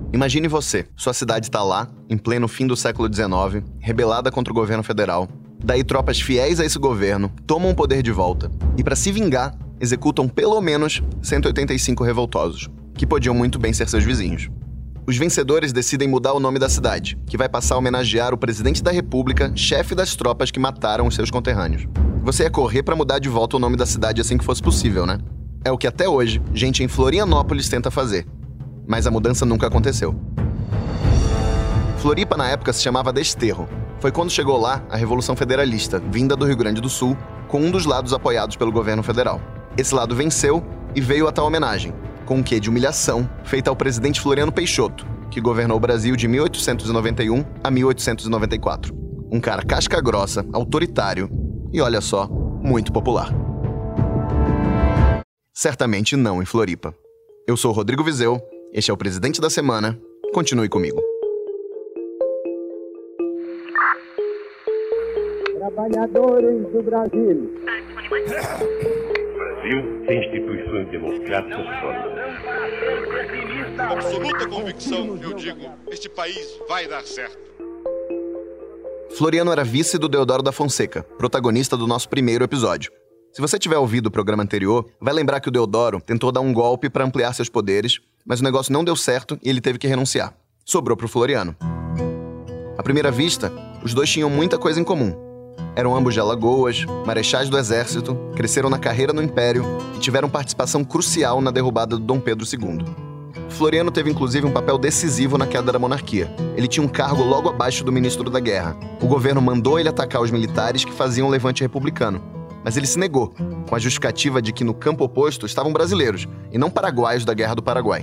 Imagine você, sua cidade está lá, em pleno fim do século XIX, rebelada contra o governo federal. Daí tropas fiéis a esse governo tomam o poder de volta e, para se vingar, executam pelo menos 185 revoltosos, que podiam muito bem ser seus vizinhos. Os vencedores decidem mudar o nome da cidade, que vai passar a homenagear o presidente da República, chefe das tropas que mataram os seus conterrâneos. Você ia correr para mudar de volta o nome da cidade assim que fosse possível, né? É o que até hoje gente em Florianópolis tenta fazer. Mas a mudança nunca aconteceu. Floripa, na época, se chamava Desterro. Foi quando chegou lá a Revolução Federalista, vinda do Rio Grande do Sul, com um dos lados apoiados pelo governo federal. Esse lado venceu e veio a tal homenagem, com um quê de humilhação, feita ao presidente Floriano Peixoto, que governou o Brasil de 1891 a 1894. Um cara casca grossa, autoritário e, olha só, muito popular. Certamente não em Floripa. Eu sou o Rodrigo Vizeu. Este é o Presidente da Semana. Continue comigo. Trabalhadores do Brasil. O Brasil tem instituições democráticas sólidas. Com absoluta convicção, eu digo, este país vai dar certo. Floriano era vice do Deodoro da Fonseca, protagonista do nosso primeiro episódio. Se você tiver ouvido o programa anterior, vai lembrar que o Deodoro tentou dar um golpe para ampliar seus poderes, mas o negócio não deu certo e ele teve que renunciar. Sobrou pro Floriano. À primeira vista, os dois tinham muita coisa em comum. Eram ambos de Alagoas, marechais do exército, cresceram na carreira no Império e tiveram participação crucial na derrubada do Dom Pedro II. Floriano teve inclusive um papel decisivo na queda da monarquia. Ele tinha um cargo logo abaixo do ministro da Guerra. O governo mandou ele atacar os militares que faziam o levante republicano. Mas ele se negou, com a justificativa de que no campo oposto estavam brasileiros, e não paraguaios da Guerra do Paraguai.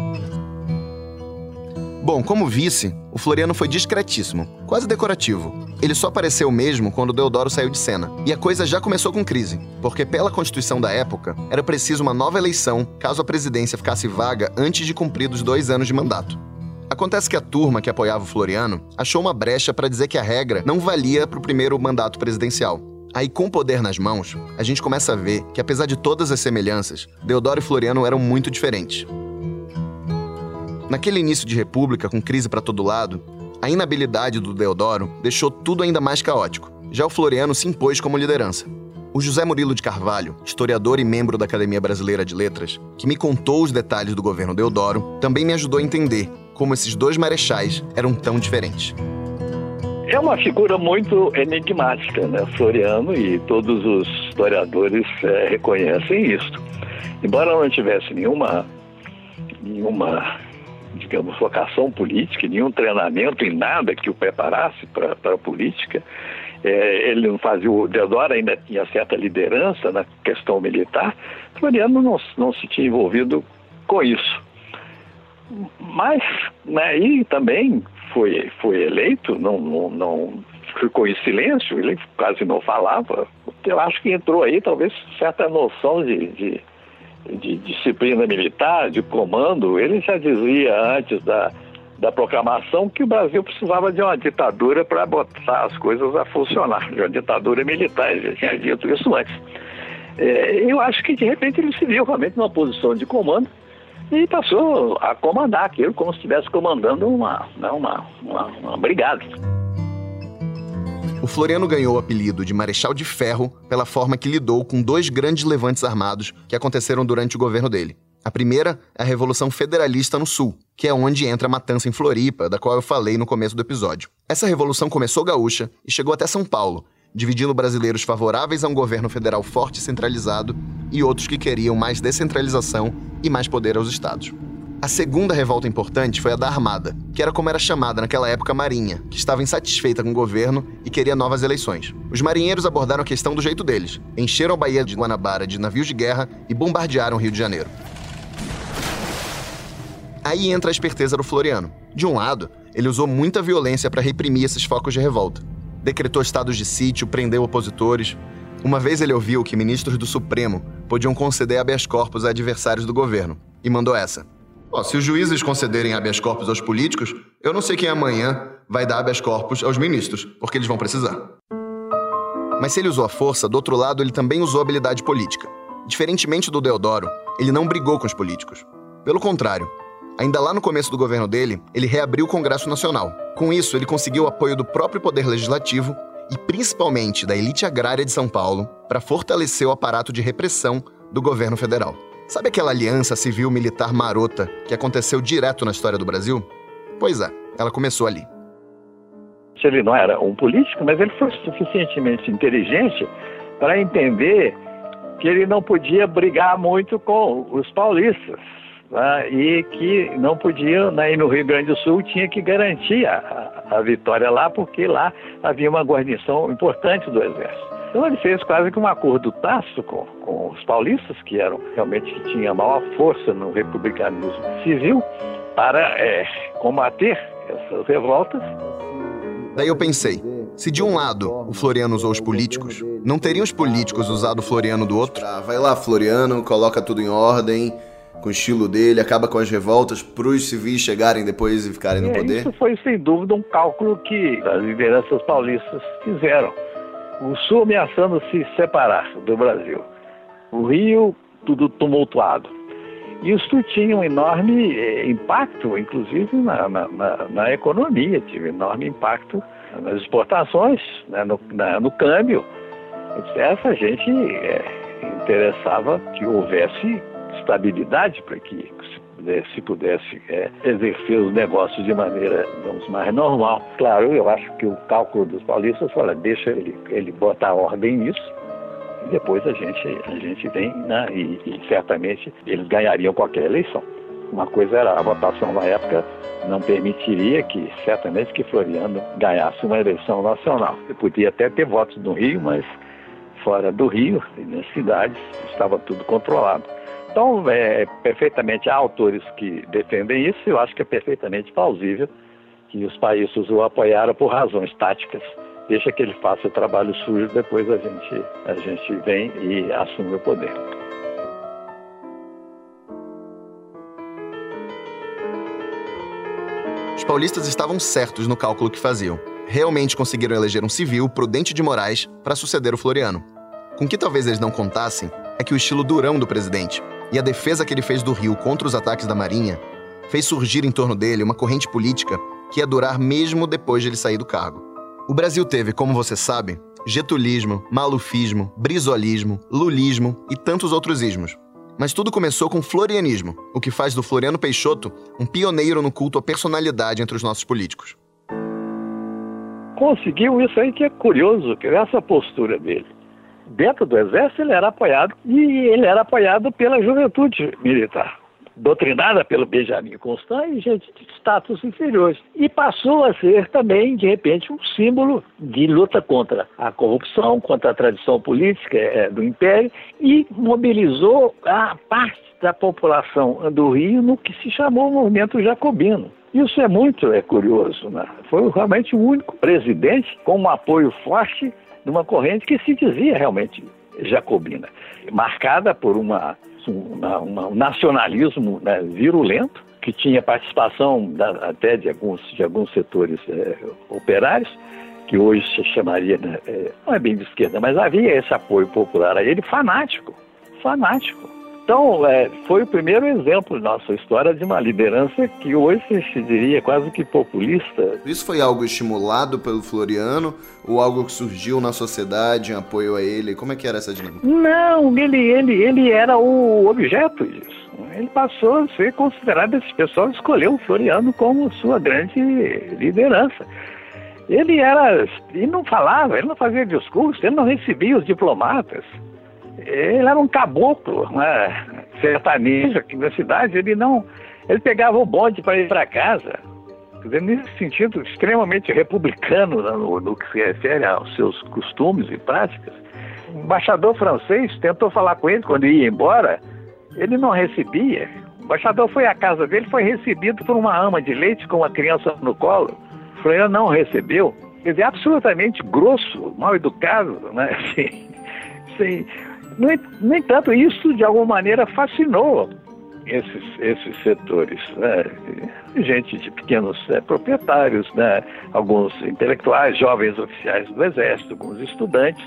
Bom, como vice, o Floriano foi discretíssimo, quase decorativo. Ele só apareceu mesmo quando o Deodoro saiu de cena. E a coisa já começou com crise, porque pela Constituição da época, era preciso uma nova eleição caso a presidência ficasse vaga antes de cumpridos 2 anos de mandato. Acontece que a turma que apoiava o Floriano achou uma brecha para dizer que a regra não valia para o primeiro mandato presidencial. Aí, com o poder nas mãos, a gente começa a ver que, apesar de todas as semelhanças, Deodoro e Floriano eram muito diferentes. Naquele início de república, com crise para todo lado, a inabilidade do Deodoro deixou tudo ainda mais caótico. Já o Floriano se impôs como liderança. O José Murilo de Carvalho, historiador e membro da Academia Brasileira de Letras, que me contou os detalhes do governo Deodoro, também me ajudou a entender como esses dois marechais eram tão diferentes. É uma figura muito enigmática, né? Floriano, e todos os historiadores reconhecem isso. Embora não tivesse nenhuma, digamos, vocação política, nenhum treinamento em nada que o preparasse para a política, ele não fazia, o Deodoro ainda tinha certa liderança na questão militar, Floriano não se tinha envolvido com isso. Mas, né, e também foi eleito, não ficou em silêncio, ele quase não falava. Eu acho que entrou aí talvez certa noção de disciplina militar, de comando. Ele já dizia antes da proclamação que o Brasil precisava de uma ditadura para botar as coisas a funcionar, de uma ditadura militar. Ele já tinha dito isso antes. Eu acho que de repente ele se viu realmente numa posição de comando e passou a comandar aquilo como se estivesse comandando uma brigada. O Floriano ganhou o apelido de Marechal de Ferro pela forma que lidou com 2 grandes levantes armados que aconteceram durante o governo dele. A primeira é a Revolução Federalista no Sul, que é onde entra a matança em Floripa, da qual eu falei no começo do episódio. Essa revolução começou gaúcha e chegou até São Paulo, dividindo brasileiros favoráveis a um governo federal forte e centralizado e outros que queriam mais descentralização e mais poder aos estados. A segunda revolta importante foi a da Armada, que era como era chamada naquela época a Marinha, que estava insatisfeita com o governo e queria novas eleições. Os marinheiros abordaram a questão do jeito deles, encheram a Baía de Guanabara de navios de guerra e bombardearam o Rio de Janeiro. Aí entra a esperteza do Floriano. De um lado, ele usou muita violência para reprimir esses focos de revolta. Decretou estados de sítio, prendeu opositores. Uma vez ele ouviu que ministros do Supremo podiam conceder habeas corpus a adversários do governo e mandou essa: se os juízes concederem habeas corpus aos políticos, eu não sei quem amanhã vai dar habeas corpus aos ministros, porque eles vão precisar. Mas se ele usou a força, do outro lado ele também usou a habilidade política. Diferentemente do Deodoro, ele não brigou com os políticos. Pelo contrário, Ainda lá no começo do governo dele, ele reabriu o Congresso Nacional. Com isso, ele conseguiu o apoio do próprio Poder Legislativo e principalmente da elite agrária de São Paulo para fortalecer o aparato de repressão do governo federal. Sabe aquela aliança civil-militar marota que aconteceu direto na história do Brasil? Pois é, ela começou ali. Ele não era um político, mas ele foi suficientemente inteligente para entender que ele não podia brigar muito com os paulistas, né? E que não podia, né? E no Rio Grande do Sul tinha que garantir a vitória lá, porque lá havia uma guarnição importante do Exército. Então ele fez quase que um acordo tácito com os paulistas, que eram realmente que tinham a maior força no republicanismo civil, para combater essas revoltas. Daí eu pensei, se de um lado o Floriano usou os políticos, não teriam os políticos usado o Floriano do outro? Vai lá, Floriano, coloca tudo em ordem, com o estilo dele, acaba com as revoltas para os civis chegarem depois e ficarem no poder? Isso foi, sem dúvida, um cálculo que as lideranças paulistas fizeram. O Sul ameaçando se separar do Brasil. O Rio, tudo tumultuado. Isso tinha um enorme impacto, inclusive na economia, tive enorme impacto nas exportações, né, no câmbio. Essa gente interessava que houvesse estabilidade para que se pudesse exercer os negócios de maneira, digamos, mais normal. Claro, eu acho que o cálculo dos paulistas fala, deixa ele botar ordem nisso, e depois a gente vem, né, e certamente eles ganhariam qualquer eleição. Uma coisa era a votação na época não permitiria que, certamente, que Floriano ganhasse uma eleição nacional. Ele podia até ter votos no Rio, mas fora do Rio, nas cidades, estava tudo controlado. Então, perfeitamente, há autores que defendem isso, eu acho que é perfeitamente plausível que os países o apoiaram por razões táticas. Deixa que ele faça o trabalho sujo, depois a gente vem e assume o poder. Os paulistas estavam certos no cálculo que faziam. Realmente conseguiram eleger um civil, Prudente de Moraes, para suceder o Floriano. Com o que talvez eles não contassem é que o estilo durão do presidente e a defesa que ele fez do Rio contra os ataques da Marinha fez surgir em torno dele uma corrente política que ia durar mesmo depois de ele sair do cargo. O Brasil teve, como você sabe, getulismo, malufismo, brizolismo, lulismo e tantos outros ismos. Mas tudo começou com florianismo, o que faz do Floriano Peixoto um pioneiro no culto à personalidade entre os nossos políticos. Conseguiu isso aí que é curioso, que essa postura dele. Dentro do Exército ele era apoiado, e ele era apoiado pela juventude militar, doutrinada pelo Benjamin Constant e gente de status inferiores. E passou a ser também, de repente, um símbolo de luta contra a corrupção, contra a tradição política do Império, e mobilizou a parte da população do Rio no que se chamou movimento jacobino. Isso é muito curioso, né? Foi realmente o único presidente com um apoio forte de uma corrente que se dizia realmente jacobina, marcada por um nacionalismo, né, virulento, que tinha participação até de alguns setores operários, que hoje se chamaria, né, não é bem de esquerda, mas havia esse apoio popular a ele fanático. Então, foi o primeiro exemplo na nossa história de uma liderança que hoje se diria quase que populista. Isso foi algo estimulado pelo Floriano ou algo que surgiu na sociedade em apoio a ele? Como é que era essa dinâmica? Não, ele era o objeto disso. Ele passou a ser considerado, esse pessoal escolheu o Floriano como sua grande liderança. Ele não falava, ele não fazia discurso, ele não recebia os diplomatas. Ele era um caboclo, né, sertanejo aqui na cidade. Ele pegava o bonde para ir para casa. Quer dizer, nesse sentido extremamente republicano, no que se refere aos seus costumes e práticas. O embaixador francês tentou falar com ele quando ia embora, ele não recebia. O embaixador foi à casa dele, foi recebido por uma ama de leite com uma criança no colo. O Floriano não recebeu. Quer dizer, absolutamente grosso, mal educado, né? Assim, no entanto, isso de alguma maneira fascinou esses setores, né? Gente de pequenos proprietários, né? Alguns intelectuais, jovens oficiais do Exército, alguns estudantes,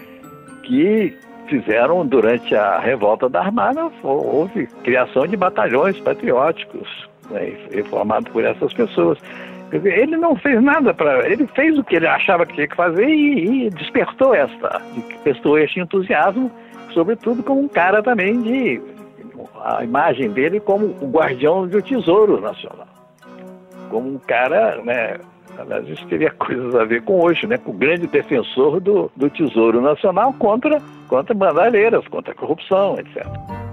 que fizeram, durante a revolta da Armada, houve criação de batalhões patrióticos, né, e formado por essas pessoas. Ele não fez nada ele fez o que ele achava que tinha que fazer e despertou este entusiasmo, sobretudo como um cara também a imagem dele como o guardião do Tesouro Nacional, como um cara, né, aliás, isso teria coisas a ver com hoje, né, com o grande defensor do Tesouro Nacional contra bandalheiras, contra a corrupção, etc.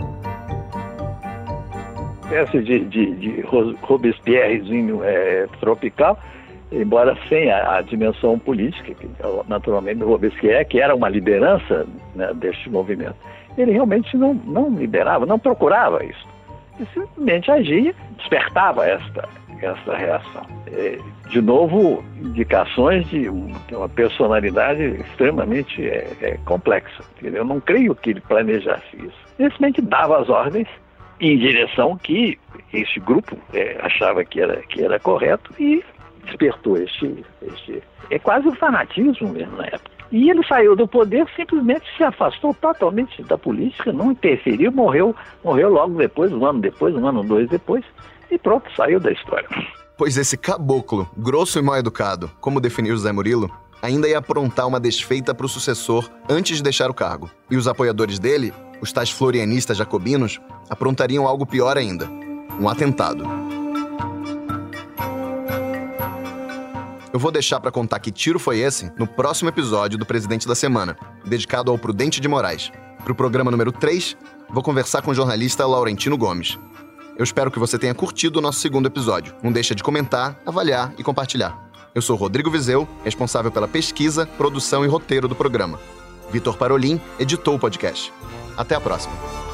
Espécie de Robespierrezinho tropical, embora sem a dimensão política, que naturalmente Robespierre, que era uma liderança, né, deste movimento, ele realmente não liderava, não procurava isso. Ele simplesmente agia, despertava essa reação. De novo, indicações de uma personalidade extremamente complexa. Eu não creio que ele planejasse isso. Ele simplesmente dava as ordens em direção que este grupo achava que era correto e despertou é quase um fanatismo mesmo na época. E ele saiu do poder, simplesmente se afastou totalmente da política, não interferiu, morreu logo depois, um ano, dois depois, e pronto, saiu da história. Pois esse caboclo, grosso e mal educado, como definiu José Murilo, ainda ia aprontar uma desfeita para o sucessor antes de deixar o cargo. E os apoiadores dele, os tais florianistas jacobinos, aprontariam algo pior ainda, um atentado. Eu vou deixar para contar que tiro foi esse no próximo episódio do Presidente da Semana, dedicado ao Prudente de Moraes. Para o programa número 3, vou conversar com o jornalista Laurentino Gomes. Eu espero que você tenha curtido o nosso segundo episódio. Não deixa de comentar, avaliar e compartilhar. Eu sou Rodrigo Vizeu, responsável pela pesquisa, produção e roteiro do programa. Vitor Parolin editou o podcast. Até a próxima.